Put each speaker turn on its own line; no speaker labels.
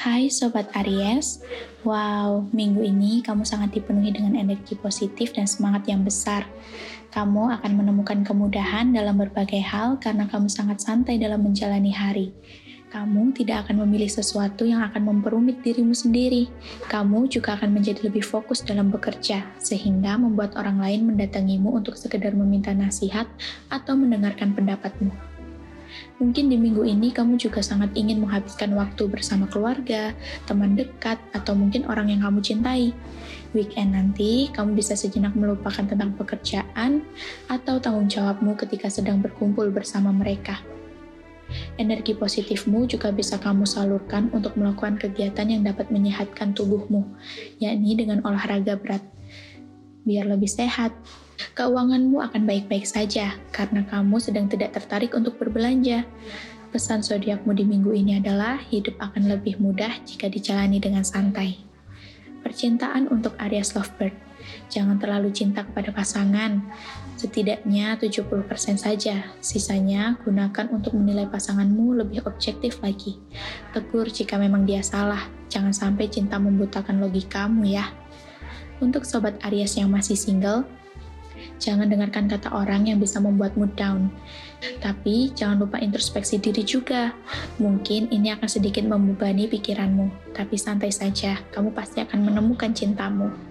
Hai Sobat Aries, wow, minggu ini kamu sangat dipenuhi dengan energi positif dan semangat yang besar. Kamu akan menemukan kemudahan dalam berbagai hal karena kamu sangat santai dalam menjalani hari. Kamu tidak akan memilih sesuatu yang akan memperumit dirimu sendiri. Kamu juga akan menjadi lebih fokus dalam bekerja, sehingga membuat orang lain mendatangimu untuk sekedar meminta nasihat atau mendengarkan pendapatmu. Mungkin di minggu ini kamu juga sangat ingin menghabiskan waktu bersama keluarga, teman dekat, atau mungkin orang yang kamu cintai. Weekend nanti, kamu bisa sejenak melupakan tentang pekerjaan atau tanggung jawabmu ketika sedang berkumpul bersama mereka. Energi positifmu juga bisa kamu salurkan untuk melakukan kegiatan yang dapat menyehatkan tubuhmu, yakni dengan olahraga berat. Biar lebih sehat. Keuanganmu akan baik-baik saja karena kamu sedang tidak tertarik untuk berbelanja. Pesan zodiakmu di minggu ini adalah hidup akan lebih mudah jika dijalani dengan santai. Percintaan untuk Aries Lovebird. Jangan terlalu cinta kepada pasangan. Setidaknya 70% saja. Sisanya gunakan untuk menilai pasanganmu lebih objektif lagi. Tegur jika memang dia salah. Jangan sampai cinta membutakan logikamu ya. Untuk Sobat Aries yang masih single, jangan dengarkan kata orang yang bisa membuatmu down. Tapi jangan lupa introspeksi diri juga. Mungkin ini akan sedikit membebani pikiranmu, tapi santai saja, kamu pasti akan menemukan cintamu.